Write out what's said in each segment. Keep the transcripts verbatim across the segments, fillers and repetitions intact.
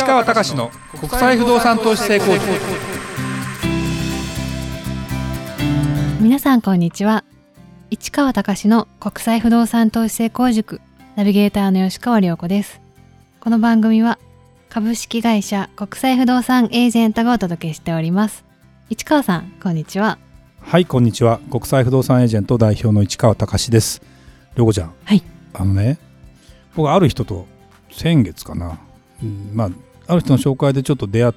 川隆の国際不動産投資成功塾。 皆さんこんにちは。市川隆の国際不動産投資成功塾ナビゲーターの吉川亮子です。この番組は株式会社国際不動産エージェントがお届けしております。市川さんこんにちは。 はい、こんにちは。国際不動産エージェント代表の市川隆です。亮子ちゃん、 はい、 あのね、僕ある人と先月かな、うん、まあある人の紹介でちょっと出会って、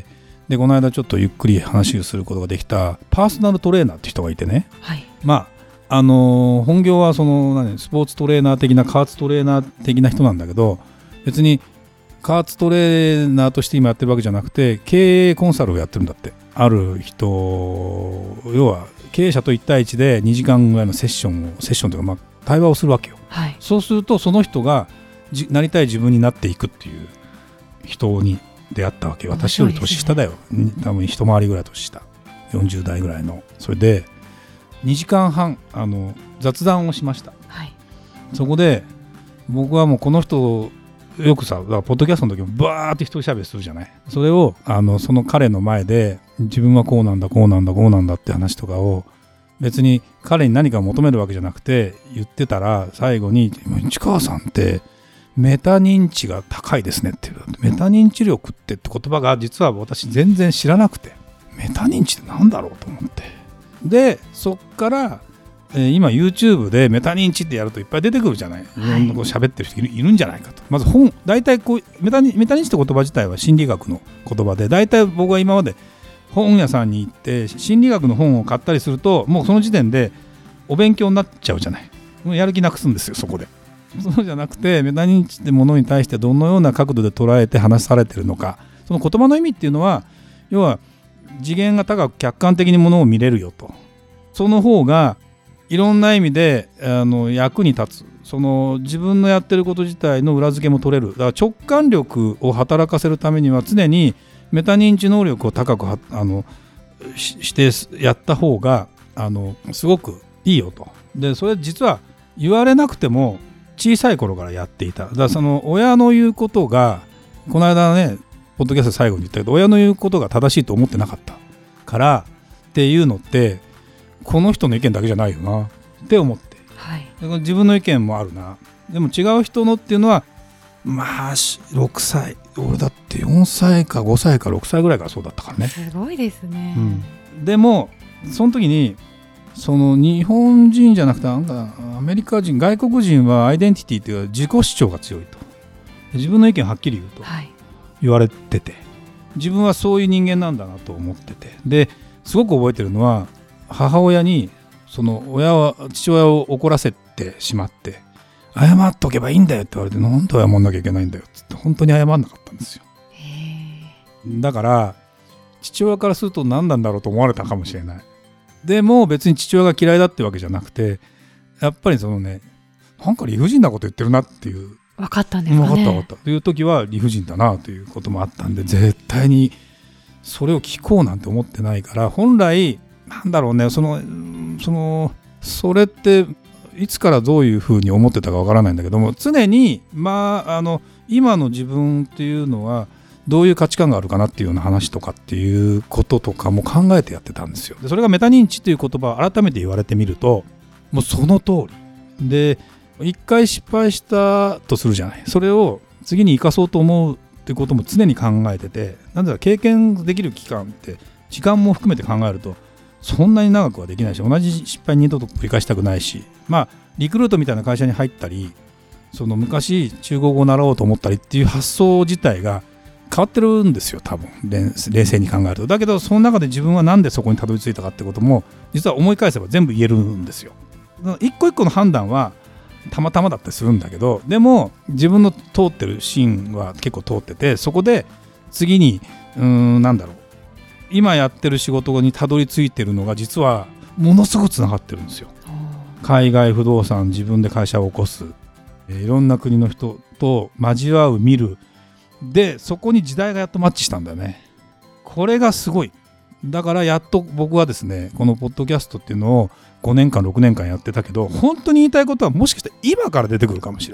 でこの間ちょっとゆっくり話をすることができたパーソナルトレーナーって人がいてね、 はい、 まああのー、本業はその何スポーツトレーナー的な加圧トレーナー的な人なんだけど、別に加圧トレーナーとして今やってるわけじゃなくて経営コンサルをやってるんだって。ある人、要は経営者といち対いちでにじかんぐらいのセッションをセッションというか、まあ、対話をするわけよ、 はい、 そうするとその人がじなりたい自分になっていくっていう人に出会ったわけ。私より年下だよ、ね、多分一回りぐらい年下、よんじゅう代ぐらいの。それでにじかんはんあの雑談をしました、 はい、 そこで僕はもうこの人よくさ、だからポッドキャストの時もバーって一人喋りするじゃない。それをあのその彼の前で自分はこうなんだこうなんだこうなんだって話とかを別に彼に何か求めるわけじゃなくて言ってたら、最後に市川さんってメタ認知が高いですねっていう。メタ認知力ってって言葉が実は私全然知らなくて、メタ認知ってなんだろうと思って、でそっからえー、今 YouTube でメタ認知ってやるといっぱい出てくるじゃない、いろんなこう喋ってる人いる、いるんじゃないかと。まず本大体こうメタ認、メタ認知って言葉自体は心理学の言葉で、大体僕は今まで本屋さんに行って心理学の本を買ったりするともうその時点でお勉強になっちゃうじゃない。もうやる気なくすんですよそこで。そうじゃなくてメタ認知ってものに対してどのような角度で捉えて話されてるのか、その言葉の意味っていうのは要は次元が高く客観的にものを見れるよと。その方がいろんな意味であの役に立つ。その自分のやってること自体の裏付けも取れる。だから直感力を働かせるためには常にメタ認知能力を高くはあの し, してやった方があのすごくいいよと。でそれ実は言われなくても小さい頃からやっていた。だからその親の言うことが、この間ねポッドキャスト最後に言ったけど、親の言うことが正しいと思ってなかったからっていうのってこの人の意見だけじゃないよなって思って、はい、自分の意見もあるな。でも違う人のっていうのはまあろくさい、俺だってよんさいかごさいかろくさいぐらいからそうだったからね。 すごいですね、 うん、でもその時にその日本人じゃなくてなんかアメリカ人、外国人はアイデンティティというか自己主張が強いと、自分の意見をはっきり言うと言われてて、はい、自分はそういう人間なんだなと思ってて、ですごく覚えてるのは母親にその親は父親を怒らせてしまって、謝っとけばいいんだよって言われて、なんで謝んなきゃいけないんだよって本当に謝んなかったんですよ。へだから父親からすると何なんだろうと思われたかもしれない。でも別に父親が嫌いだってわけじゃなくて、やっぱりそのね、なんか理不尽なこと言ってるなっていう、 分かったんですかね。 分かった分かったという時は理不尽だなということもあったんで、絶対にそれを聞こうなんて思ってないから、本来なんだろうね、そのそのそれっていつからどういうふうに思ってたかわからないんだけども、常にまああの今の自分っていうのはどういう価値観があるかなっていうような話とかっていうこととかも考えてやってたんですよ。でそれがメタ認知という言葉を改めて言われてみると、もうその通りで、一回失敗したとするじゃない。それを次に生かそうと思うっていうことも常に考えてて、なんだろう、経験できる期間って時間も含めて考えるとそんなに長くはできないし、同じ失敗に二度と繰り返したくないし、まあリクルートみたいな会社に入ったり、その昔中国語を習おうと思ったりっていう発想自体が変わってるんですよ、多分冷静に考えると。だけどその中で自分はなんでそこにたどり着いたかってことも実は思い返せば全部言えるんですよ。一個一個の判断はたまたまだったりするんだけど、でも自分の通ってるシーンは結構通ってて、そこで次にうーんなんだろう、今やってる仕事にたどり着いてるのが実はものすごくつながってるんですよ。海外不動産、自分で会社を起こす、いろんな国の人と交わう、見る、でそこに時代がやっとマッチしたんだよね。これがすごい。だからやっと僕はですね、このポッドキャストっていうのをごねんかんろくねんかんやってたけど、本当に言いたいことはもしかして今から出てくるかもしれない。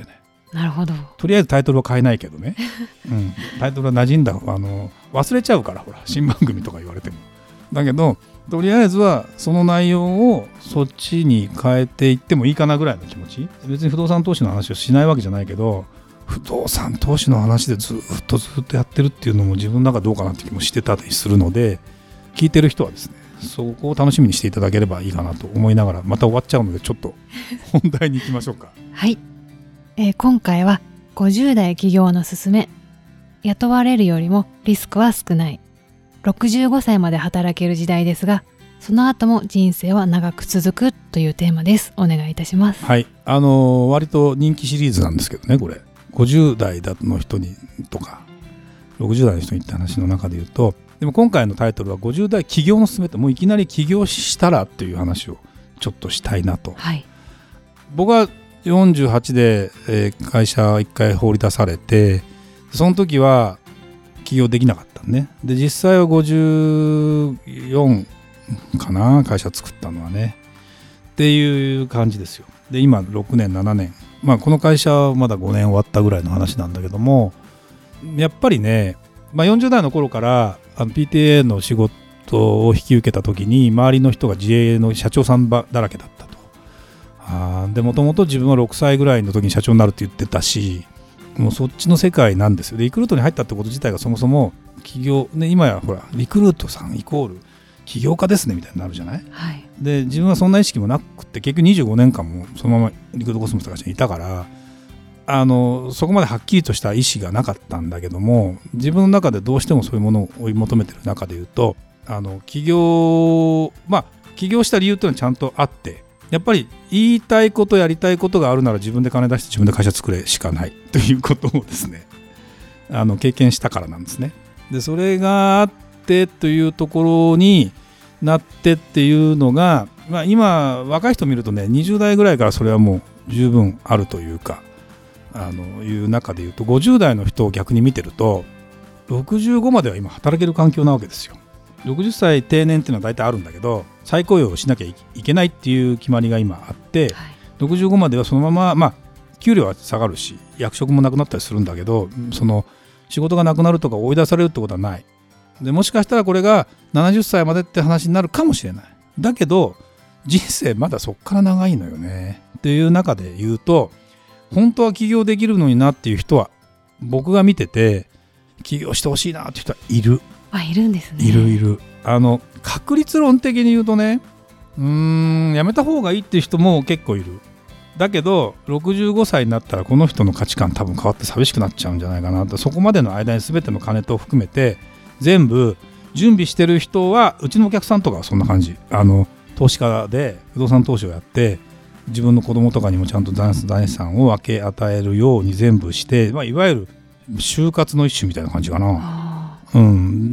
なるほど。 とりあえずタイトルは変えないけどね、うん、タイトルは馴染んだあの忘れちゃうからほら新番組とか言われてもだけどとりあえずはその内容をそっちに変えていってもいいかなぐらいの気持ち。別に不動産投資の話をしないわけじゃないけど不動産投資の話でずっとずっとやってるっていうのも自分の中どうかなって気もしてたりするので、聞いてる人はですねそこを楽しみにしていただければいいかなと思いながら、また終わっちゃうのでちょっと本題に行きましょうか。 はい、えー、今回はごじゅう代起業のすすめ、雇われるよりもリスクは少ない、ろくじゅうごさいまで働ける時代ですがその後も人生は長く続くというテーマです。お願いいたします。 はい、あのー、割と人気シリーズなんですけどね、これごじゅう代の人にとかろくじゅう代の人にって話の中で言うと、でも今回のタイトルはごじゅう代起業のすすめって、もういきなり起業したらっていう話をちょっとしたいなと、はい、僕はよんじゅうはちで、えー、会社いっかい放り出されて、その時は起業できなかったね。で実際はごじゅうよんかな、会社作ったのはねっていう感じですよ。で今ろくねんななねん、まあこの会社はまだごねん終わったぐらいの話なんだけども、やっぱりね、まあ、よんじゅう代の頃からあの ピーティーエー の仕事を引き受けた時に周りの人が自営の社長さんだらけだったと。あでもともと自分はろくさいぐらいの時に社長になるって言ってたし、もうそっちの世界なんですよ。でリクルートに入ったってこと自体がそもそも起業、ね、今やほらリクルートさんイコール起業家ですねみたいになるじゃない、はい、で自分はそんな意識もなくて結局にじゅうごねんかんもそのままリクルートコスモスとかにいたから、あのそこまではっきりとした意思がなかったんだけども、自分の中でどうしてもそういうものを追い求めてる中でいうと、あの起業まあ起業した理由っていうのはちゃんとあって、やっぱり言いたいことやりたいことがあるなら自分で金出して自分で会社作れしかないということをですねあの経験したからなんですね。でそれがあってというところになってっていうのが、まあ、今若い人見るとねにじゅう代ぐらいからそれはもう十分あるというか、あのいう中でいうとごじゅう代の人を逆に見てるとろくじゅうごまでは今働ける環境なわけですよ。ろくじゅっさい定年っていうのは大体あるんだけど、再雇用をしなきゃいけないっていう決まりが今あって、はい、ろくじゅうごまではそのまま、まあ給料は下がるし役職もなくなったりするんだけど、その仕事がなくなるとか追い出されるってことはない。でもしかしたらこれがななじゅっさいまでって話になるかもしれない。だけど人生まだそっから長いのよねっていう中で言うと、本当は起業できるのになっていう人は僕が見てて起業してほしいなっていう人はいる。 あ、いるんですね。 いるいる。あの確率論的に言うとね、うーんやめた方がいいっていう人も結構いる。だけどろくじゅうごさいになったらこの人の価値観多分変わって寂しくなっちゃうんじゃないかなと。そこまでの間に全ての金と含めて全部準備してる人は、うちのお客さんとかはそんな感じ。あの投資家で不動産投資をやって自分の子供とかにもちゃんと財産を分け与えるように全部して、まあ、いわゆる就活の一種みたいな感じかな、うん、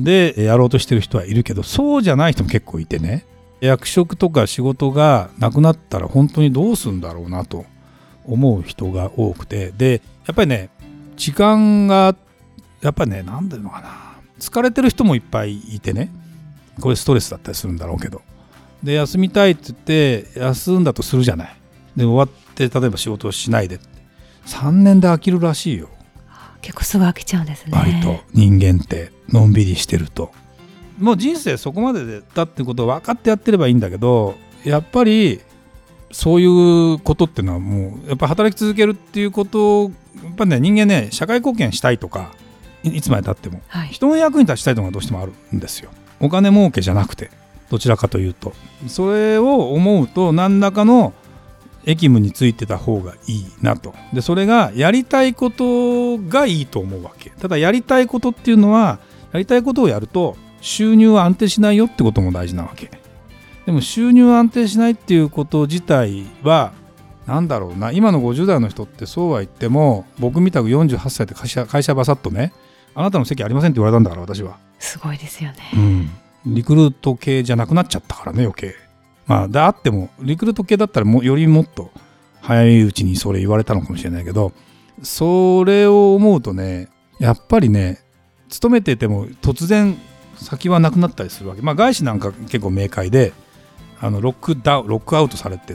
でやろうとしてる人はいるけど、そうじゃない人も結構いてね、役職とか仕事がなくなったら本当にどうするんだろうなと思う人が多くて、でやっぱりね時間がやっぱりねなんていうのかな、疲れてる人もいっぱいいてね、これストレスだったりするんだろうけど、で休みたいって言って休んだとするじゃない。で終わって例えば仕事をしないでさんねんで飽きるらしいよ。 結構すぐ飽きちゃうんですね。 割と人間ってのんびりしてると、もう人生そこまでだってことを分かってやってればいいんだけど、やっぱりそういうことっていうのはもうやっぱ働き続けるっていうことをやっぱね、人間ね社会貢献したいとか い, いつまでたっても、はい、人の役に立ちたいというのがどうしてもあるんですよ。お金儲けじゃなくてどちらかというと、それを思うと何らかの役務についてた方がいいなと。でそれがやりたいことがいいと思うわけ。ただやりたいことっていうのはやりたいことをやると収入は安定しないよってことも大事なわけ。でも収入は安定しないっていうこと自体はなんだろうな、今のごじゅう代の人ってそうは言っても、僕みたくよんじゅうはっさいで会社、会社バサッとね、あなたの席ありませんって言われたんだから私は。 すごいですよね、 うん、リクルート系じゃなくなっちゃったからね余計。まあであってもリクルート系だったらもよりもっと早いうちにそれ言われたのかもしれないけど、それを思うとね、やっぱりね勤めてても突然先はなくなったりするわけ。まあ外資なんか結構明快で、あのロックダウンロックアウトされてさ、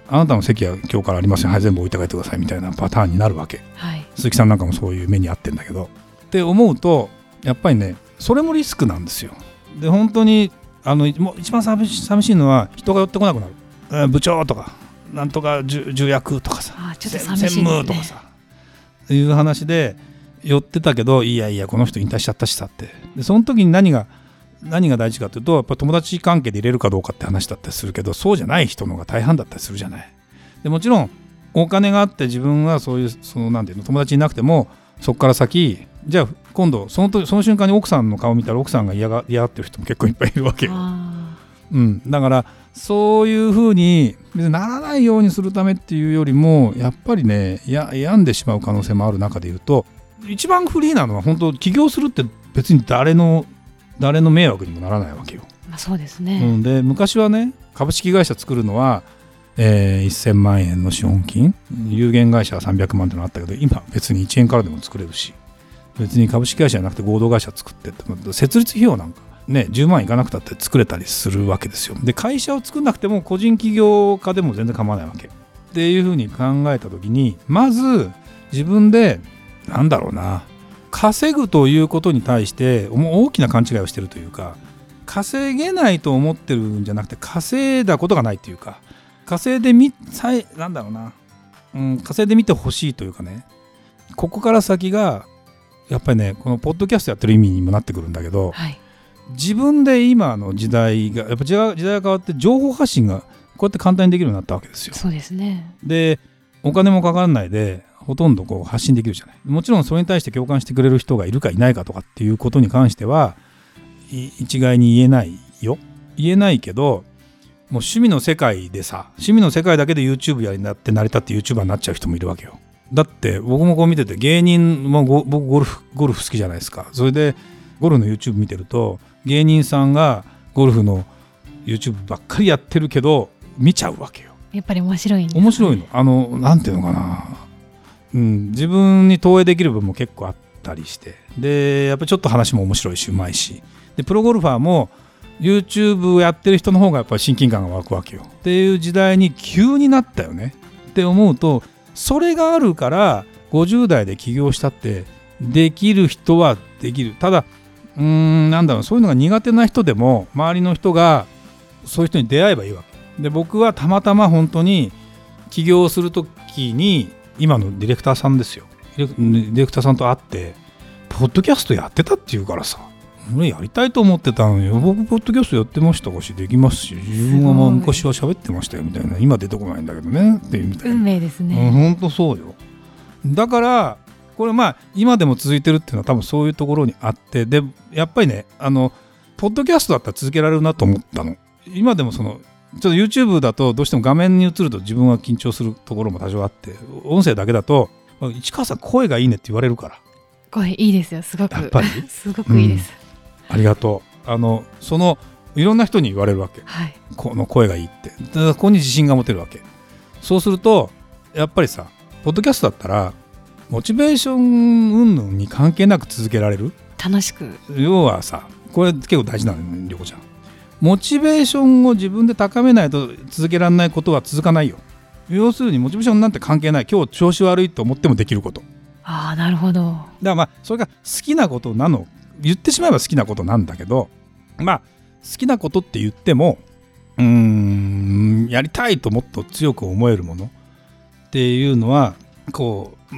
あなたの席は今日からありません、はい全部置いて帰ってくださいみたいなパターンになるわけ、 はい、 鈴木さんなんかもそういう目に遭ってんだけどって思うとやっぱりねそれもリスクなんですよ。で本当にあのもう一番寂し、寂しいのは人が寄ってこなくなる、えー、部長とかなんとか重役とかさあちょっと寂しいですね、 専務とかさいう話で寄ってたけどいやいやこの人引退しちゃったしさってでその時に何が何が大事かというとやっぱ友達関係で入れるかどうかって話だったりするけどそうじゃない人の方が大半だったりするじゃない。でもちろんお金があって自分はそういうそのなんていうの友達いなくてもそこから先じゃあ今度その時その瞬間に奥さんの顔見たら奥さんが嫌が嫌がってる人も結構いっぱいいるわけよ。うん、だからそういうふうに別にならないようにするためっていうよりもやっぱりねや病んでしまう可能性もある中でいうと一番フリーなのは本当起業するって別に誰の誰の迷惑にもならないわけよ。 まあ、そうですね、 うん、で昔はね株式会社作るのは、えー、せんまんえんの資本金有限会社はさんびゃくまんってのあったけど今別にいちえんからでも作れるし別に株式会社じゃなくて合同会社作ってって設立費用なんかねじゅうまんいかなくたって作れたりするわけですよ。で会社を作んなくても個人起業家でも全然構わないわけっていうふうに考えた時にまず自分でなんだろうな稼ぐということに対して大きな勘違いをしてるというか稼げないと思ってるんじゃなくて稼いだことがないというか稼いでみさえなんだろうな、うん、稼いでみてほしいというかねここから先がやっぱりねこのポッドキャストやってる意味にもなってくるんだけど、はい、自分で今の時代がやっぱ時代が変わって情報発信がこうやって簡単にできるようになったわけですよ。 そうですね。でお金もかからないでほとんどこう発信できるじゃない。もちろんそれに対して共感してくれる人がいるかいないかとかっていうことに関しては一概に言えないよ。言えないけどもう趣味の世界でさ趣味の世界だけで YouTube やりなって成り立って YouTuber になっちゃう人もいるわけよ。だって僕もこう見てて芸人も僕ゴルフゴルフ好きじゃないですか。それでゴルフの YouTube 見てると芸人さんがゴルフの YouTube ばっかりやってるけど見ちゃうわけよ。 やっぱり面白いんですね。 面白いの。あのなんていうのかな、うん、自分に投影できる部分も結構あったりしてでやっぱりちょっと話も面白いしうまいしでプロゴルファーも YouTube をやってる人の方がやっぱり親近感が湧くわけよっていう時代に急になったよねって思うとそれがあるからごじゅう代で起業したってできる人はできる。ただうーんなんだろうそういうのが苦手な人でも周りの人がそういう人に出会えばいいわけで僕はたまたま本当に起業するときに今のディレクターさんですよディレクターさんと会ってポッドキャストやってたって言うからさ俺やりたいと思ってたのよ。僕ポッドキャストやってましたしできますし自分はまあ昔は喋ってましたよみたいな今出てこないんだけどねっていうみたいな運命ですね。 うん、本当そうよ。だからこれまあ今でも続いてるっていうのは多分そういうところにあってでやっぱりねあのポッドキャストだったら続けられるなと思ったの。今でもそのちょっと YouTube だとどうしても画面に映ると自分は緊張するところも多少あって音声だけだと市川さん声がいいねって言われるから声いいですよすごくやっぱりすごくいいです、 うん、ありがとう。あのそのいろんな人に言われるわけ、 はい、 この声がいいってだからここに自信が持てるわけ。そうするとやっぱりさポッドキャストだったらモチベーション云々に関係なく続けられる楽しく要はさこれ結構大事なのよりょこちゃん。モチベーションを自分で高めないと続けられないことは続かないよ。要するにモチベーションなんて関係ない今日調子悪いと思ってもできること。 ああなるほど。だからまあそれが好きなことなの言ってしまえば好きなことなんだけどまあ好きなことって言ってもうーんやりたいともっと強く思えるものっていうのはこう、うん、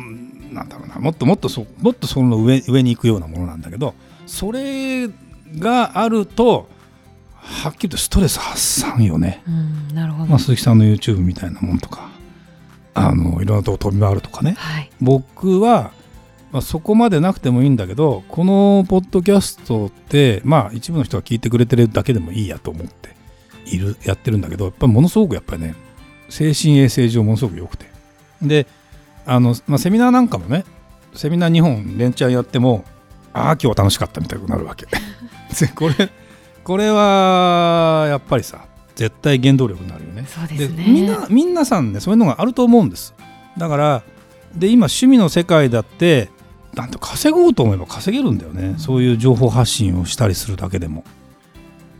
なんだろうなもっともっとそもっとその上上に行くようなものなんだけどそれがあるとはっきりとストレス発散よね。 うん、なるほど。 まあ、鈴木さんの YouTube みたいなもんとかあのいろんなとこ飛び回るとかね、 はい、 僕は、まあ、そこまでなくてもいいんだけどこのポッドキャストってまあ一部の人が聞いてくれてるだけでもいいやと思っているやってるんだけどやっぱりものすごくやっぱりね精神衛生上ものすごく良くてであの、まあ、セミナーなんかもねセミナーにほん連チャンやってもああ今日は楽しかったみたいになるわけこれこれはやっぱりさ絶対原動力になるよね。 そうですね。 でみんな皆さんねそういうのがあると思うんです。だからで今趣味の世界だってなんと稼ごうと思えば稼げるんだよね、うん、そういう情報発信をしたりするだけでも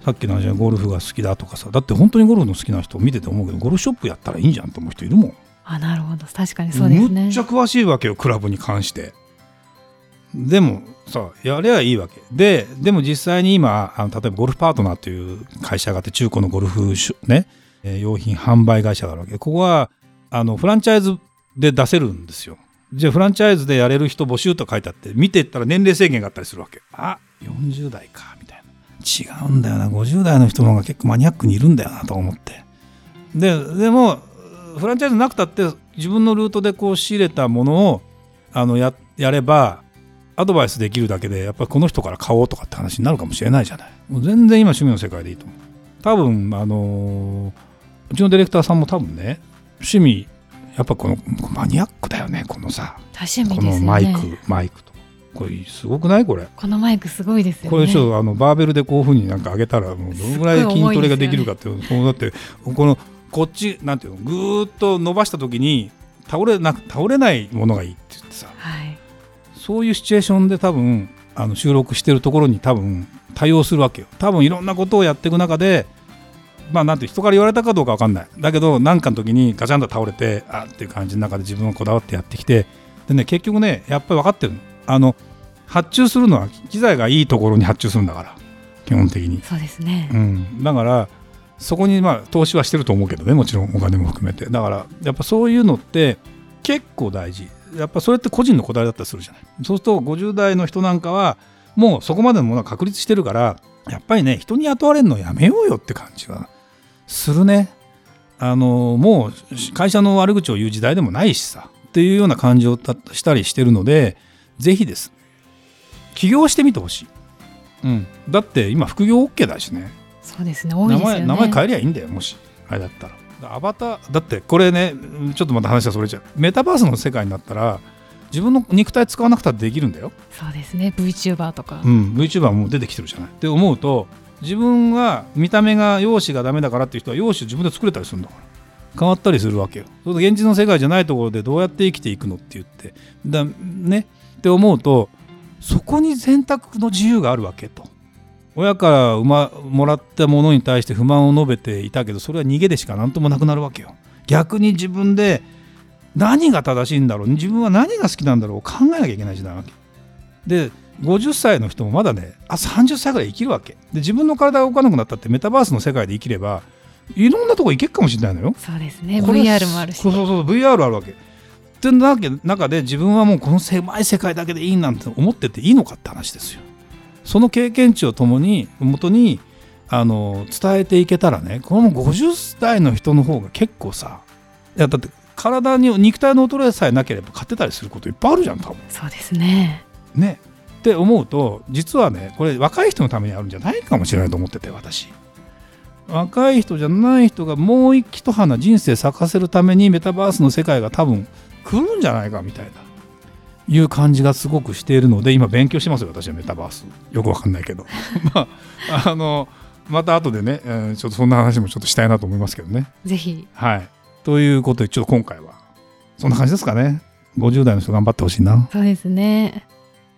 さっきの話はゴルフが好きだとかさ、だって本当にゴルフの好きな人を見てて思うけど、ゴルフショップやったらいいんじゃんと思う人いるもん。 あ、なるほど、確かにそうですね。 むっちゃ詳しいわけよ、クラブに関して。でもさ、やればいいわけで、でも実際に今あの例えばゴルフパートナーという会社があって、中古のゴルフね、えー、用品販売会社があるわけ。ここはあのフランチャイズで出せるんですよ。じゃあフランチャイズでやれる人募集と書いてあって、見ていったら年齢制限があったりするわけ。あ、よんじゅう代かみたいな。違うんだよな、ごじゅう代の人の方が結構マニアックにいるんだよなと思って。で、でもフランチャイズなくたって自分のルートでこう仕入れたものをあの や, やればアドバイスできるだけで、やっぱりこの人から買おうとかって話になるかもしれないじゃない。もう全然今趣味の世界でいいと思う。多分あのー、うちのディレクターさんも多分ね、趣味やっぱこのマニアックだよね、このさ、 多趣味ですよね。 このマイクマイクとこれすごくない？これこのマイクすごいですよね。 これちょっとあのバーベルでこういう風になんか上げたらもうどのぐらい筋トレができるかっていう、ね、だってこのこっちなんていうの、ぐーっと伸ばした時に倒れな倒れないものがいいって言ってさ、 はい、 そういうシチュエーションで多分あの収録してるところに多分対応するわけよ。多分いろんなことをやっていく中で、まあなんて人から言われたかどうか分かんない。だけど何かの時にガチャンと倒れて、あっていう感じの中で自分をこだわってやってきて、でね、結局ね、やっぱり分かってるの。あの発注するのは機材がいいところに発注するんだから、基本的に。 そうですね。 うん、だからそこにまあ投資はしてると思うけどね、もちろんお金も含めて。だからやっぱそういうのって結構大事。やっぱそれって個人のこだわりだったりするじゃない。そうするとごじゅう代の人なんかはもうそこまでのものは確立してるから、やっぱりね、人に雇われるのやめようよって感じはするね。あのもう会社の悪口を言う時代でもないしさっていうような感じをしたりしてるので、ぜひです起業してみてほしい、うん、だって今副業 OK だしね。 そうですね、多いですよね。 名前、名前変えりゃいいんだよ、もしあれだったら。アバターだってこれね、ちょっとまた話がそれちゃう。メタバースの世界になったら自分の肉体使わなくたってできるんだよ。 そうですね、 VTuber とか、 うん、VTuber も出てきてるじゃないって思うと、自分は見た目が容姿がダメだからっていう人は容姿を自分で作れたりするんだから、変わったりするわけよ。そうすると現実の世界じゃないところでどうやって生きていくのって言ってだ、ね、って思うと、そこに選択の自由があるわけと。親からうまもらったものに対して不満を述べていたけど、それは逃げでしかなんともなくなるわけよ。逆に自分で何が正しいんだろう、自分は何が好きなんだろうを考えなきゃいけない時代なわけで、ごじゅっさいの人もまだね、あさんじゅっさいぐらい生きるわけで、自分の体が動かなくなったってメタバースの世界で生きればいろんなとこ行けるかもしれないのよ。 そうですね、 ブイアール もあるし、 そうそうそう、 ブイアール あるわけってな中で、自分はもうこの狭い世界だけでいいなんて思ってていいのかって話ですよ。その経験値をともに元にあの伝えていけたらね、このごじゅっ代の人の方が結構さ、いやだって体に肉体の衰えさえなければ勝てたりすることいっぱいあるじゃん、多分。 そうですね。 ねって思うと、実はね、これ若い人のためにあるんじゃないかもしれないと思ってて、私。若い人じゃない人がもう一花人生咲かせるためにメタバースの世界が多分来るんじゃないかみたいないう感じがすごくしているので、今勉強してますよ、私はメタバース。よくわかんないけどまああのまた後でね、えー、ちょっとそんな話もちょっとしたいなと思いますけどね。 ぜひ。 はい、ということで、ちょっと今回はそんな感じですかね。ごじゅう代の人頑張ってほしいな。 そうですね。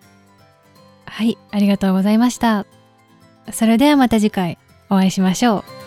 はい、ありがとうございました。それではまた次回お会いしましょう。